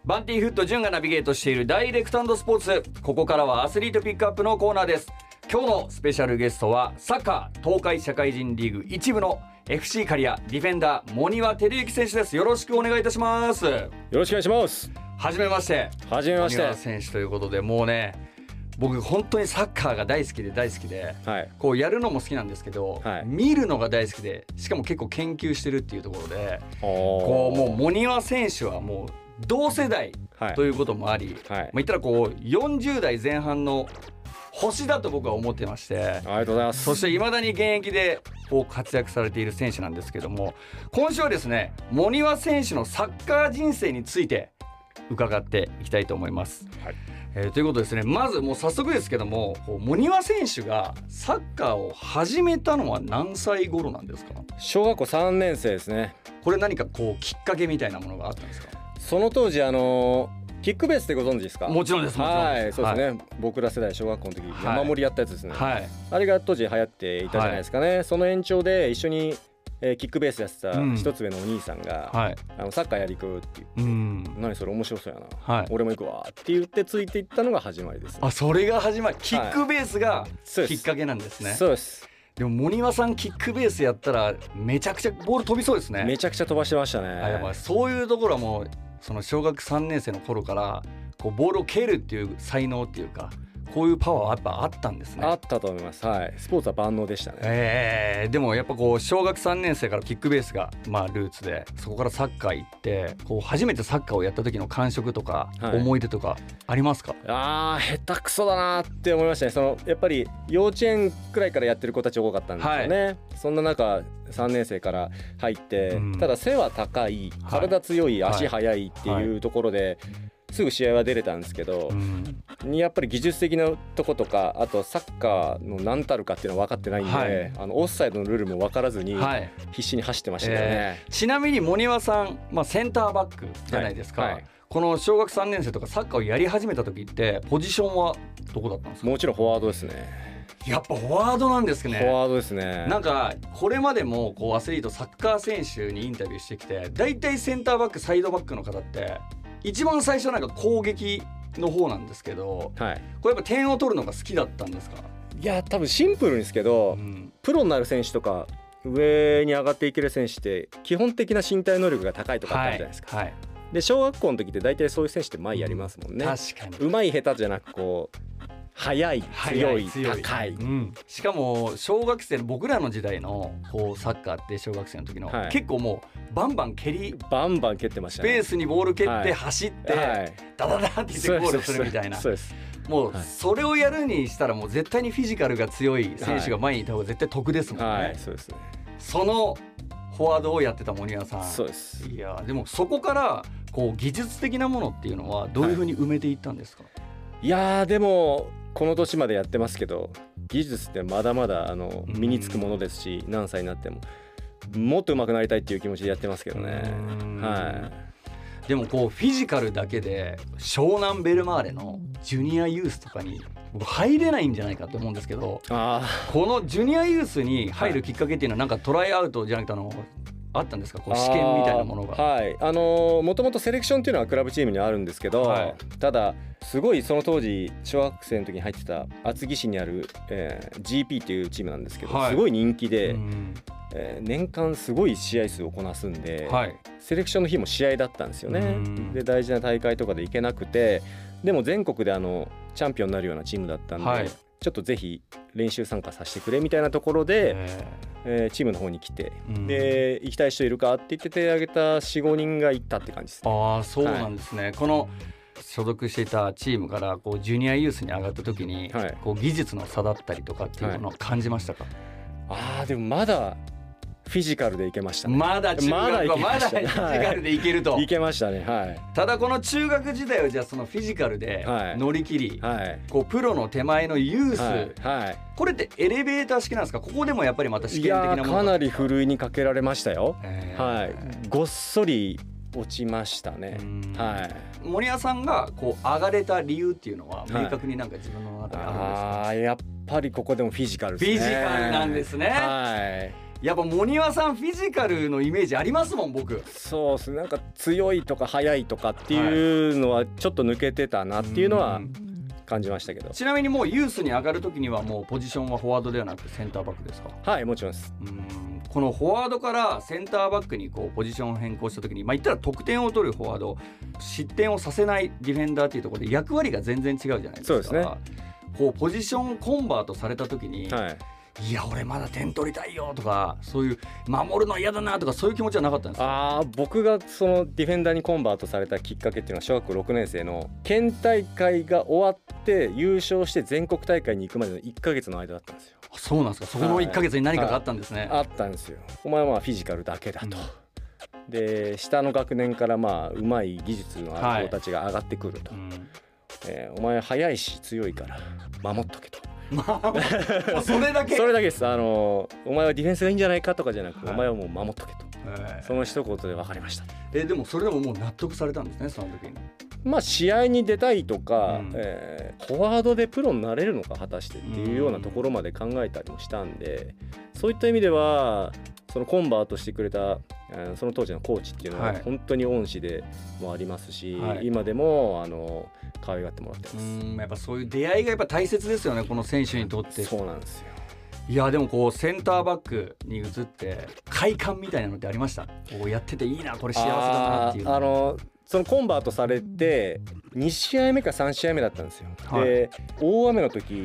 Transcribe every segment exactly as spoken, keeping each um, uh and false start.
バンティーフット潤がナビゲートしているダイレクト&スポーツ。ここからはアスリートピックアップのコーナーです。今日のスペシャルゲストはサッカー東海社会人リーグ一部の エフシー 刈谷ディフェンダー茂庭輝之選手です。よろしくお願いいたします。よろしくお願いします。 はじめまして。 はじめまして。 茂庭選手ということで、もうね僕本当にサッカーが大好きで大好きで、はい、こうやるのも好きなんですけど、はい、見るのが大好きで、しかも結構研究してるっていうところで、こうもう茂庭選手はもう同世代ということもあり、はい、まあ、言ったらこうよんじゅう代前半の星だと僕は思ってまして、 ありがとうございます。 そして未だに現役でこう活躍されている選手なんですけども、今週はですね茂庭選手のサッカー人生について伺っていきたいと思います。はい、えー、ということですね、まずもう早速ですけども、茂庭選手がサッカーを始めたのは何歳頃なんですか？ 小学校さんねん生ですね。 これ何かこうきっかけみたいなものがあったんですか？ その当時あのキックベースってご存知ですか？ もちろんです。もちろんです。 はい、そうですね、はい、僕ら世代小学校の時、はい、山盛りやったやつですね、はい、あれが当時流行っていたじゃないですかね、はい、その延長で一緒にえー、キックベースやってた一つ上のお兄さんが、うん、はい、あのサッカーやり行くって言って、うん、何それ面白そうやな、はい、俺も行くわって言ってついていったのが始まりです、ね、 あ、それが始まり、キックベースがきっかけなんですね。 そうです。 でも茂庭さんキックベースやったらめちゃくちゃボール飛びそうですね。 めちゃくちゃ飛ばしてましたね。 あ、やっぱそういうところはもうその小学さんねん生の頃からこうボールを蹴るっていう才能っていうか、こういうパワーはやっぱあったんですね。 あったと思います。はい、スポーツは万能でしたね。 えー、でもやっぱこう小学さんねん生からキックベースがまあルーツで、そこからサッカー行ってこう初めてサッカーをやった時の感触とか思い出とかありますか？はい、 あー、下手くそだなって思いましたね。そのやっぱり幼稚園くらいからやってる子たち多かったんですよね、はい、そんな中さんねん生から入って、うん、ただ背は高い、体強い、はい、足速いっていうところで、はいはい、すぐ試合は出れたんですけど、うん、やっぱり技術的なとことか、あとサッカーの何たるかっていうのは分かってないんで、はい、あのオフサイドのルールも分からずに必死に走ってましたよね、 えー、ちなみに茂庭さん、まあ、センターバックじゃないですか、はいはい、この小学さんねん生とかサッカーをやり始めた時ってポジションはどこだったんですか？ もちろんフォワードですね。 やっぱフォワードなんですね。 フォワードですね。 なんかこれまでもこうアスリートサッカー選手にインタビューしてきて、だいたいセンターバックサイドバックの方って一番最初なんか攻撃の方なんですけど、はい、これやっぱ点を取るのが好きだったんですか？ いや、多分シンプルですけど、うん、プロになる選手とか上に上がっていける選手って基本的な身体能力が高いとかあったじゃないですか、はいはい、で小学校の時って大体そういう選手って前やりますもんね、うん、確かに上手い下手じゃなくこう速い、強い、強い、高い、うん、 しかも小学生の僕らの時代のこうサッカーって小学生の時の、はい、結構もうバンバン蹴りバンバン蹴ってましたね。 スペースにボール蹴って走って、はい、ダダダって言ってゴールするみたいな。 そうです。 もうそれをやるにしたらもう絶対にフィジカルが強い選手が前にいた方が絶対得ですもんね、 はいはい、そうですね。 そのフォワードをやってた茂庭さん。 そうです。 いやでもそこからこう技術的なものっていうのはどういうふうに埋めていったんですか？はい、 いやでもこの年までやってますけど、技術ってまだまだあの身につくものですし、何歳になってももっと上手くなりたいっていう気持ちでやってますけどね。はい、 でもこうフィジカルだけで湘南ベルマーレのジュニアユースとかに僕入れないんじゃないかと思うんですけど、あこのジュニアユースに入るきっかけっていうのはなんかトライアウトじゃなくてあのあったんですか？こう試験みたいなものが。 はい、あのー、もともとセレクションっていうのはクラブチームにあるんですけど、はい、ただすごいその当時小学生の時に入ってた厚木市にある、えー、ジーピー っていうチームなんですけど、はい、すごい人気で、うんえー、年間すごい試合数をこなすんで、はい、セレクションの日も試合だったんですよね、うん、で大事な大会とかで行けなくて、でも全国であのチャンピオンになるようなチームだったんで、はい、ちょっとぜひ練習参加させてくれみたいなところで、えー、チームの方に来て、うん、で行きたい人いるかって言って手を挙げた よん,ご 人が行ったって感じですね。 ああそうなんですね、はい、この所属していたチームからこうジュニアユースに上がった時に、はい、こう技術の差だったりとかっていうのを感じましたか？ はい、ああでもまだフィジカルでいけましたね。 まだ中学はまだフィジカルでいけると、 はい、いけましたね、はい、 ただこの中学時代をじゃあそのフィジカルで乗り切り、はい、こうプロの手前のユース、はいはい、これってエレベーター式なんですか？ここでもやっぱりまた試験的なものですか？ いやかなりふるいにかけられましたよ、はい、ごっそり落ちましたね、はい、 森谷さんがこう上がれた理由っていうのは明確になんか自分の中であるんですか？ はい、あやっぱりここでもフィジカルですね。 フィジカルなんですね、 はい、 やっぱモニワさんフィジカルのイメージありますもん僕。 そうですね、なんか強いとか速いとかっていうのはちょっと抜けてたなっていうのは感じましたけど、 ちなみにもうユースに上がるときにはもうポジションはフォワードではなくセンターバックですか？ はい、もちろんです。 うん、このフォワードからセンターバックにこうポジションを変更したときに、まあ言ったら得点を取るフォワード、失点をさせないディフェンダーっていうところで役割が全然違うじゃないですか。 そうですね。 こうポジションコンバートされたときに、 はい、 いや俺まだ点取りたいよとか、そういう守るの嫌だなとかそういう気持ちはなかったんですか？ あ僕がそのディフェンダーにコンバートされたきっかけっていうのは小学校ろくねん生の県大会が終わって優勝して全国大会に行くまでのいっかげつの間だったんですよ。 そうなんですか。そこのいっかげつに何かがあったんですね。 はいはい、あったんですよ。お前はまあフィジカルだけだと、うん、で下の学年からまあうまい技術のある子たちが上がってくると、はい、うん、えー、お前速いし強いから守っとけとまあ、それだけそれだけです。あのお前はディフェンスがいいんじゃないかとかじゃなく、はい、お前はもう守っとけと、はい、その一言で分かりました。 えでもそれでももう納得されたんですね、その時に。 まあ試合に出たいとか、うん、えー、フォワードでプロになれるのか果たしてっていうようなところまで考えたりもしたんで、うん、そういった意味ではそのコンバートしてくれたその当時のコーチっていうのは本当に恩師でもありますし、はい、今でもあの可愛がってもらってます。 うん、やっぱそういう出会いがやっぱ大切ですよね、この選手にとって。 そうなんですよ。 いやでもこうセンターバックに移って快感みたいなのってありました？こうやってていいな、これ幸せだなっていう。 ああのそのコンバートされてに試合目かさん試合目だったんですよ。はい、で大雨の時、うん、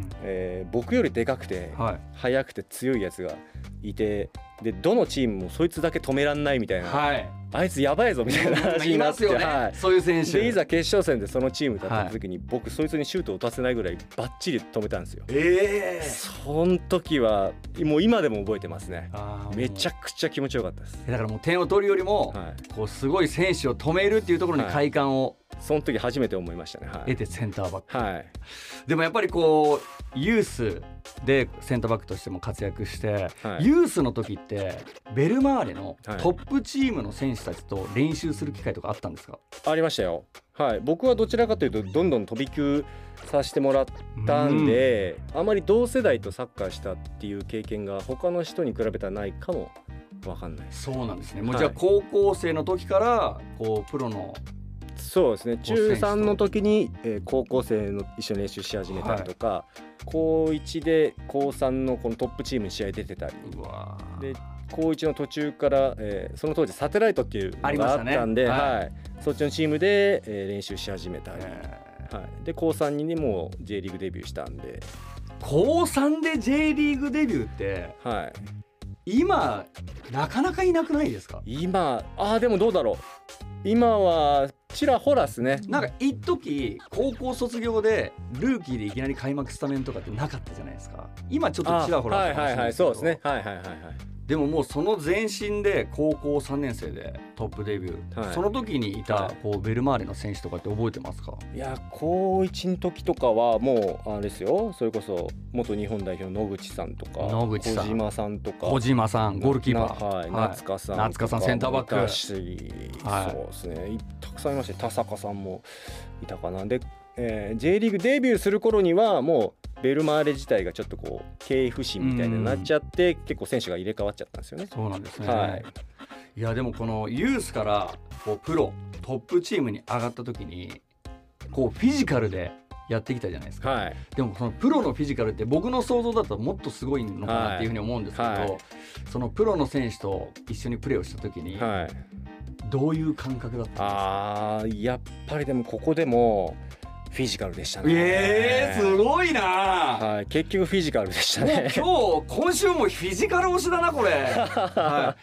えー、僕よりでかくて、はい、速くて強いやつがいて、でどのチームもそいつだけ止めらんないみたいな、はい、あいつやばいぞみたいな話になって、 いますよね、はい、そういう選手でいざ決勝戦でそのチームだった時に、はい、僕そいつにシュートを打たせないぐらいバッチリ止めたんですよ。 えー、 その時はもう今でも覚えてますね。めちゃくちゃ気持ちよかったです。 だからもう点を取るよりも、はい、こうすごい選手を止めるっていうところに快感を、 はい、その時初めて思いましたね。はい、 得てセンターバック、 はい、 でもやっぱりこうユースでセンターバックとしても活躍して、はい、ユースの時ってベルマーレのトップチームの選手たちと練習する機会とかあったんですか？ ありましたよ。はい、僕はどちらかというとどんどん飛び級させてもらったんで、うん、あまり同世代とサッカーしたっていう経験が他の人に比べたらないかも分かんない。 そうなんですね。もうじゃあ高校生の時からこうプロの、 そうですね、中さんの時に、えー、高校生の一緒に練習し始めたりとか、はい、高いちで高さんのこのトップチームに試合出てたり、うわで高いちの途中から、えー、その当時サテライトっていうのがあったんで、ね、はいはい、そっちのチームで、えー、練習し始めたり、はい、で高さんにも J リーグデビューしたんで。 高さんで J リーグデビューって、はい、今なかなかいなくないですか？ 今あでもどうだろう、今はちらほらっすね。 なんか一時高校卒業でルーキーでいきなり開幕スタメンとかってなかったじゃないですか。今ちょっとちらほらかもしれないですけど、はいはいはい、そうですね、はいはいはいはい。 でももうその前身で高校さんねん生でトップデビュー、はい、その時にいたこうベルマーレの選手とかって覚えてますか？ いや高いちの時とかはもうあれですよ、それこそ元日本代表野口さんとか野口さん、 小島さんとか小島さんゴールキーパー、 はい、夏香さん夏香さんセンターバック、 はい、そうですね、たくさんいました。田坂さんもいたかな。で、えー、J リーグデビューする頃にはもうベルマーレ自体がちょっとこう経営不振みたいになっちゃって、結構選手が入れ替わっちゃったんですよね。 そうなんですね、 はい、 いやでもこのユースからこうプロトップチームに上がった時にこうフィジカルでやってきたじゃないですか、はい、でもそのプロのフィジカルって僕の想像だともっとすごいのかなっていうふうに思うんですけど、はいはい、そのプロの選手と一緒にプレーをした時に、はい、どういう感覚だったんですか？ あーやっぱりでもここでもフィジカルでしたね。 えー、すごいな、 はい、結局フィジカルでしたね。 もう今日今週もフィジカル推しだなこれ、はい、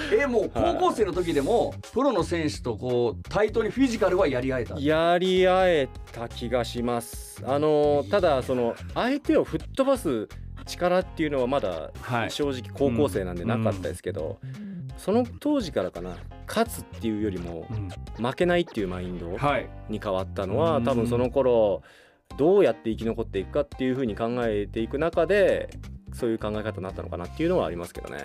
えー、もう高校生の時でもプロの選手とこう対等にフィジカルはやり合えた？ やり合えた気がします。あのただその相手を吹っ飛ばす力っていうのはまだ正直高校生なんでなかったですけど、はい、うんうん、その当時からかな、勝つっていうよりも負けないっていうマインドに変わったのは、はい、多分その頃どうやって生き残っていくかっていう風に考えていく中でそういう考え方になったのかなっていうのはありますけどね。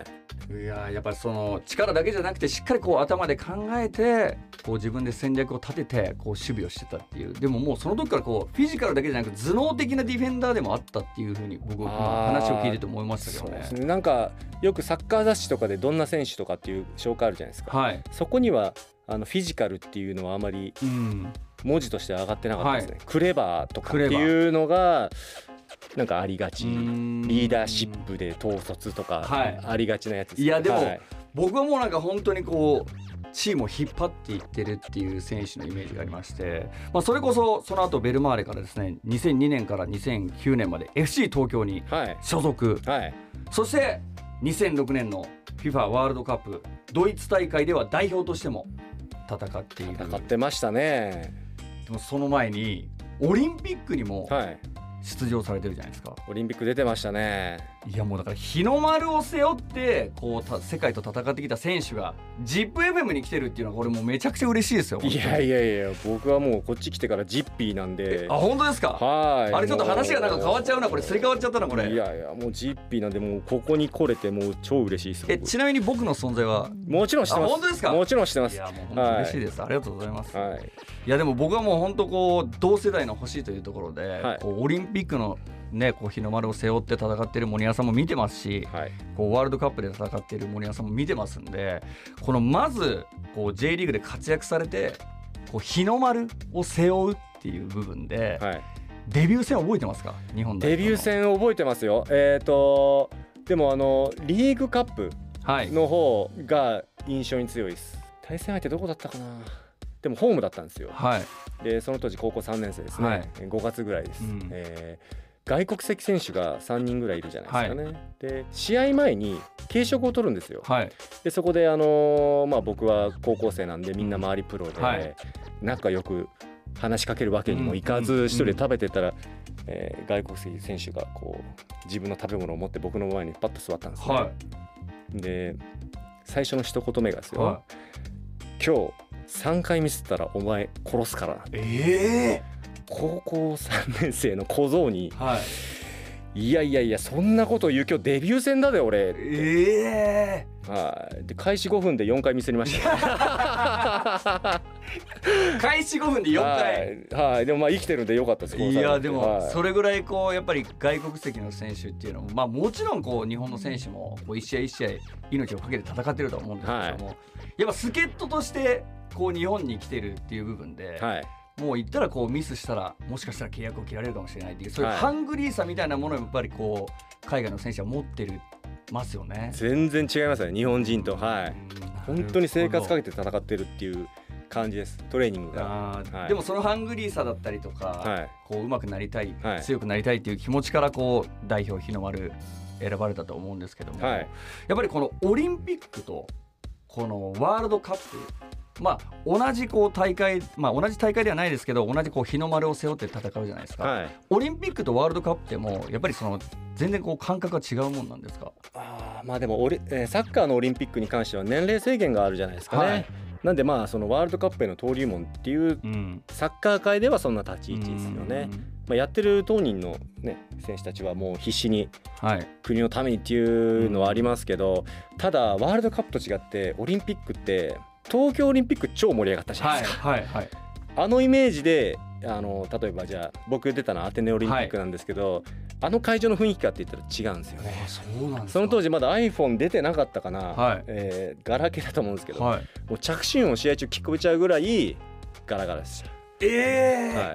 いややっぱりその力だけじゃなくてしっかりこう頭で考えてこう自分で戦略を立ててこう守備をしてたっていう。でももうその時からこうフィジカルだけじゃなく頭脳的なディフェンダーでもあったっていうふうに僕は話を聞いてて思いましたけどね。 そうですね。なんかよくサッカー雑誌とかでどんな選手とかっていう紹介あるじゃないですか、はい、そこにはあのフィジカルっていうのはあまり文字として上がってなかったですね、はい、クレバーとかっていうのがなんかありがち、リーダーシップで統率とかありがちなやつです、 はい、いやでも、はい、僕はもうなんか本当にこうチームを引っ張っていってるっていう選手のイメージがありまして、まあ、それこそその後ベルマーレからですねにせんにねんからにせんきゅうねんまで エフシー 東京に所属、はいはい、そしてにせんろくねんの FIFA ワールドカップドイツ大会では代表としても戦っている。 戦ってましたね。 でもその前にオリンピックにも出場されてるじゃないですか、はい、 オリンピック出てましたね。 いやもうだから日の丸を背負ってこう世界と戦ってきた選手が ジップエフエム に来てるっていうのはこれもうめちゃくちゃ嬉しいですよ。 いやいやいや僕はもうこっち来てからジッピーなんで。 あ本当ですか。 はいあれちょっと話がなんか変わっちゃうなこれすり替わっちゃったなこれ。 いやいやもうジッピーなんでもうここに来れてもう超嬉しいです。 えちなみに僕の存在はもちろん知ってます。 あ本当ですか。 もちろん知ってます。 いやもう本当嬉しいです、はい、ありがとうございます、はい、いやでも僕はもう本当こう同世代の欲しいというところで、はい、こうオリンピックのね、こう日の丸を背負って戦っている森谷さんも見てますし、はい、こうワールドカップで戦っている森谷さんも見てますんでこのまずこう J リーグで活躍されてこう日の丸を背負うっていう部分で、はい、デビュー戦覚えてますか。日本代表のデビュー戦覚えてますよ。えーとでもあのリーグカップの方が印象に強いです、はい、対戦相手どこだったかな。でもホームだったんですよ、はい、でその当時高校さんねん生ですね、はい、ごがつぐらいです、うんえー外国籍選手がさんにんぐらいいるじゃないですかね、はい、で試合前に軽食を取るんですよ、はい、でそこで、あのーまあ、僕は高校生なんでみんな周りプロで、はい、仲良く話しかけるわけにもいかず、うん、一人で食べてたら、うんえー、外国籍選手がこう自分の食べ物を持って僕の前にパッと座ったんですね、はい、で最初の一言目がですよ、はい、今日さんかいミスったらお前殺すからな。 えー高校さんねん生の小僧に、はい、いやいやいやそんなこと言う今日デビュー戦だで俺。 えー、はいで開始ごふんでよんかいミスりました、 ね、開始ごふんでよんかい、 はい、はい、でもまあ生きてるんでよかったです。 いやでもそれぐらいこうやっぱり外国籍の選手っていうのも、まあ、もちろんこう日本の選手もこう一試合一試合命をかけて戦ってると思うんですけども、はい、やっぱ助っ人としてこう日本に来てるっていう部分で、はいもう言ったらこうミスしたらもしかしたら契約を切られるかもしれないっていうそういうハングリーさみたいなものをやっぱりこう海外の選手は持ってるますよね。 全然違いますね日本人と、はい、本当に生活かけて戦ってるっていう感じですトレーニングが、 はい、でもそのハングリーさだったりとか、はい、こう上手くなりたい、はい、強くなりたいっていう気持ちからこう代表日の丸選ばれたと思うんですけども、はい、やっぱりこのオリンピックとこのワールドカップまあ、同じこう大会、まあ、同じ大会ではないですけど同じこう日の丸を背負って戦うじゃないですか、はい、オリンピックとワールドカップでもやっぱりその全然こう感覚が違うもんなんですか。 あまあでもオリ、えー、サッカーのオリンピックに関しては年齢制限があるじゃないですかね、はい、なんでまあそのワールドカップへの登竜門っていう、うん、サッカー界ではそんな立ち位置ですよね、まあ、やってる当人の、ね、選手たちはもう必死に国のためにっていうのはありますけど、はい、ただワールドカップと違ってオリンピックって東京オリンピック超盛り上がったじゃないですか、はいはいはい、あのイメージであの例えばじゃあ僕出たのはアテネオリンピックなんですけど、はい、あの会場の雰囲気かって言ったら違うんですよね。 そうなんですか。 その当時まだ iPhone 出てなかったかな、はいえー、ガラケーだと思うんですけど、はい、もう着信音試合中聞こえちゃうぐらいガラガラでした。 えーはい、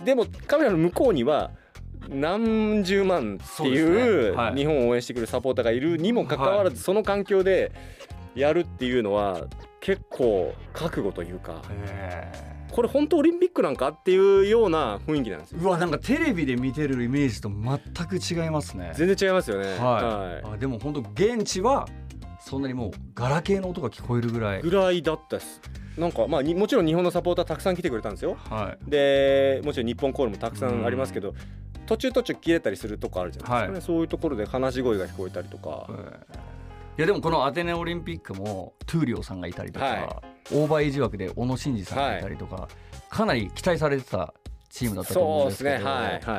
でもカメラの向こうには何十万っていう日本を応援してくるサポーターがいるにもかかわらず、その環境でやるっていうのは結構覚悟というか、これ本当オリンピックなんかっていうような雰囲気なんですよ。 うわなんかテレビで見てるイメージと全く違いますね。 全然違いますよね、はいはい、あでも本当現地はそんなにもうガラケーの音が聞こえるぐらいぐらいだったです。なんかまあもちろん日本のサポーターたくさん来てくれたんですよ、はい、でもちろん日本コールもたくさんありますけど、途中途中切れたりするとこあるじゃないですかね、はい、そういうところで話し声が聞こえたりとか、 いやでもこのアテネオリンピックもトゥーリオさんがいたりとか、はい、オーバーエイジ枠で小野伸二さんがいたりとか、はい、かなり期待されてたチームだったと思うんですけど、 そうですね、はいはい、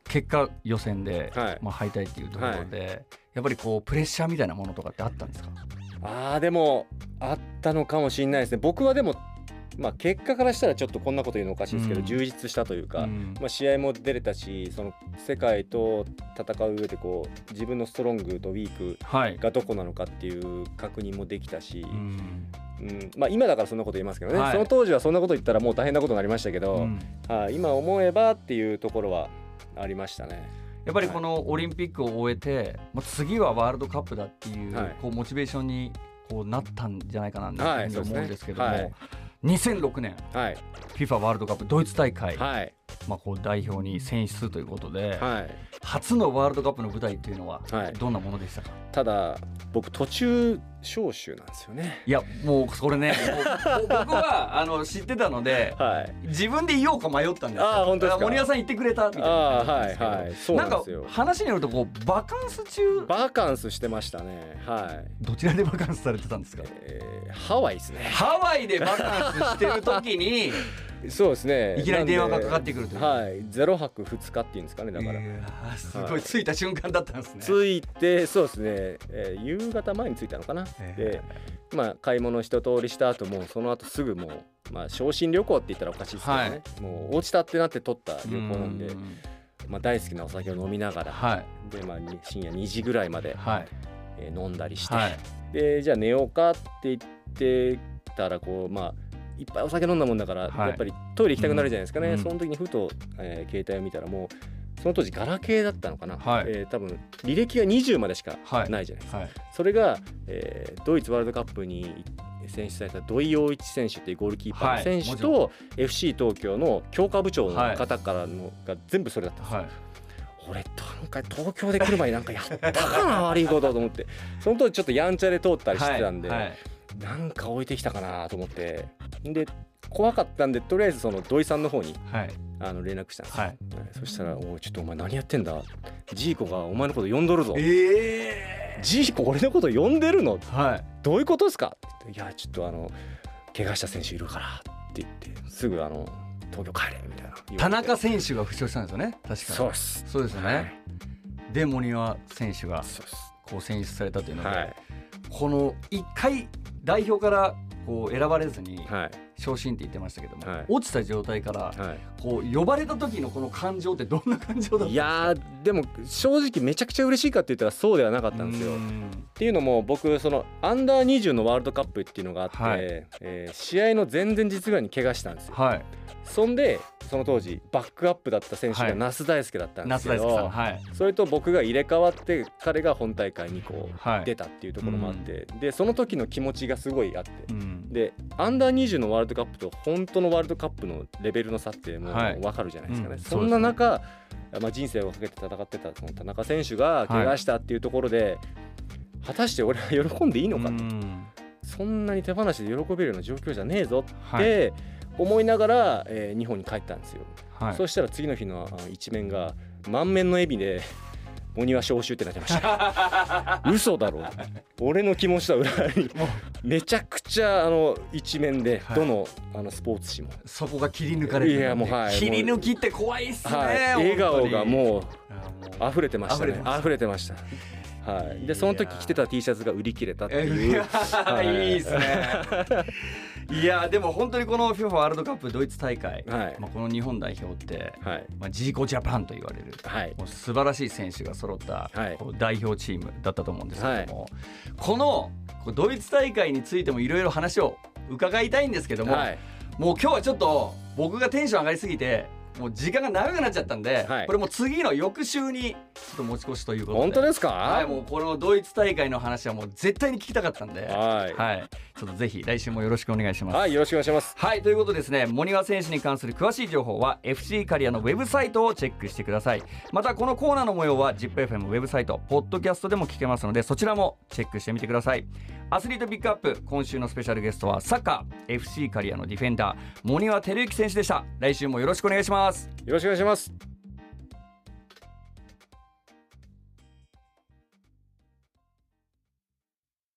結果予選で、はい、まあ、敗退っていうところで、はい、やっぱりこうプレッシャーみたいなものとかってあったんですか？ あーでもあったのかもしれないですね。僕はでもまあ、結果からしたらちょっとこんなこと言うのおかしいですけど、うん、充実したというか、うん、まあ、試合も出れたし、その世界と戦う上でこう自分のストロングとウィークがどこなのかっていう確認もできたし、はい、うんうん、まあ、今だからそんなこと言いますけどね、はい、その当時はそんなこと言ったらもう大変なことになりましたけど、うん、はあ、今思えばっていうところはありましたね。 やっぱりこのオリンピックを終えて、まあ、次はワールドカップだっていう、はい、こうモチベーションにこうなったんじゃないかなと思うんですけども、はい、にせんろくねん、はい、FIFA ワールドカップドイツ大会、はい、まあ、こう代表に選出ということで、はい、初のワールドカップの舞台というのはどんなものでしたか？はい、 ただ僕途中招集なんですよね。 いやもうそれね僕はあの知ってたので、はい、自分で言おうか迷ったんですよ。 あ、本当ですか？ 森谷さん言ってくれたみたいな。 あ、はいはい、そうなんですよ。 なんか話によるとこうバカンス中バカンスしてましたね。はい。 どちらでバカンスされてたんですか？ えー、ハワイですね。 ハワイでバカンスしてる時にそうですね、 いきなり電話がかかってくるという、 はい、ゼロはくふつかっていうんですかね。だから、えー、すごい、はい、着いた瞬間だったんですね。 着いてそうですね、えー、夕方前に着いたのかな、えー、で、まあ、買い物一通りした後もその後すぐもう、まあ、昇進旅行って言ったらおかしいですけどね、はい、もう落ちたってなって取った旅行なんで、んまあ、大好きなお酒を飲みながら、はい、で、まあ、深夜にじぐらいまで、はい、えー、飲んだりして、はい、でじゃあ寝ようかって言ってたらこう、まあいっぱいお酒飲んだもんだから、はい、やっぱりトイレ行きたくなるじゃないですかね、うん、その時にふと、えー、携帯を見たらもうその当時ガラケーだったのかな、はい、えー、多分履歴がにじゅうまでしかないじゃないですか、はいはい、それが、えー、ドイツワールドカップに選出された土井陽一選手っていうゴールキーパーの選手と、はい、エフシー 東京の強化部長の方からのが全部それだったんですよ、はい、俺なんか東京で来る前になんかやったかな悪いことと思ってその当時ちょっとやんちゃで通ったりしてたんで、はいはい、なんか置いてきたかなと思ってで怖かったんでとりあえずその土井さんの方に、はい、あの連絡したんですよ、はい、そしたらおいちょっとお前何やってんだジーコがお前のこと呼んどるぞ、えー、ジーコ俺のこと呼んでるの、はい、どういうことですかっていやちょっとあの怪我した選手いるからって言ってすぐあの東京帰れみたいな田中選手が負傷したんですよね確かに。 そうですそうですよね、はい、で森岩選手がこう選出されたというので、はい、このいっかい代表からこう選ばれずに昇進って言ってましたけども、はい、落ちた状態からこう呼ばれた時のこの感情ってどんな感情だったんですか？ いやでも正直めちゃくちゃ嬉しいかって言ったらそうではなかったんですよ。っていうのも僕そのアンダーにじゅうのワールドカップっていうのがあって、はい、えー、試合の前々日ぐらいに怪我したんですよ、はい、そんでその当時バックアップだった選手が那須大輔だったんですけど、はいはい、それと僕が入れ替わって彼が本大会にこう、はい、出たっていうところもあって、うん、でその時の気持ちがすごいあって、うん、でアンダーにじゅうのワールドカップと本当のワールドカップのレベルの差ってもう分かるじゃないですかね、はい、うん、そんな中、まあ、人生をかけて戦ってたその田中選手が怪我したっていうところで、はい、果たして俺は喜んでいいのかと、うん、そんなに手放しで喜べるような状況じゃねえぞって思いながら、えー、日本に帰ったんですよ、はい、そしたら次の日の一面が満面の笑みでモニワ招集ってなってました嘘だろ俺の気持ちとは裏にめちゃくちゃあの一面で、はい、どの、あのスポーツ紙もそこが切り抜かれてる、ね、いやもう、はい、切り抜きって怖いっすね、はい、 笑顔がもう溢れてましたね溢れてましたはい、でその時着てた T シャツが売り切れたっていう、 はい、いいですねいやでも本当にこの FIFA ワールドカップドイツ大会、はい、まあ、この日本代表って、はい、まあ、ジーコジャパンと言われる、はい、もう素晴らしい選手が揃った、はい、こう代表チームだったと思うんですけども、はい、このドイツ大会についてもいろいろ話を伺いたいんですけども、はい、もう今日はちょっと僕がテンション上がりすぎてもう時間が長くなっちゃったんで、はい、これもう次の翌週にちょっと持ち越しということで。 本当ですか？ はい、もうこのドイツ大会の話はもう絶対に聞きたかったんで、はい、はい、ちょっとぜひ来週もよろしくお願いします。 はい、よろしくお願いします。 はい、ということでですね、モニワ選手に関する詳しい情報は エフシー カリアのウェブサイトをチェックしてください。またこのコーナーの模様は ジップエフエム ウェブサイトポッドキャストでも聞けますので、そちらもチェックしてみてください。アスリートピックアップ、今週のスペシャルゲストはサッカー エフシー カリアのディフェンダーモニワ照之選手でした。来週もよろしくお願いします。 よろしくお願いします。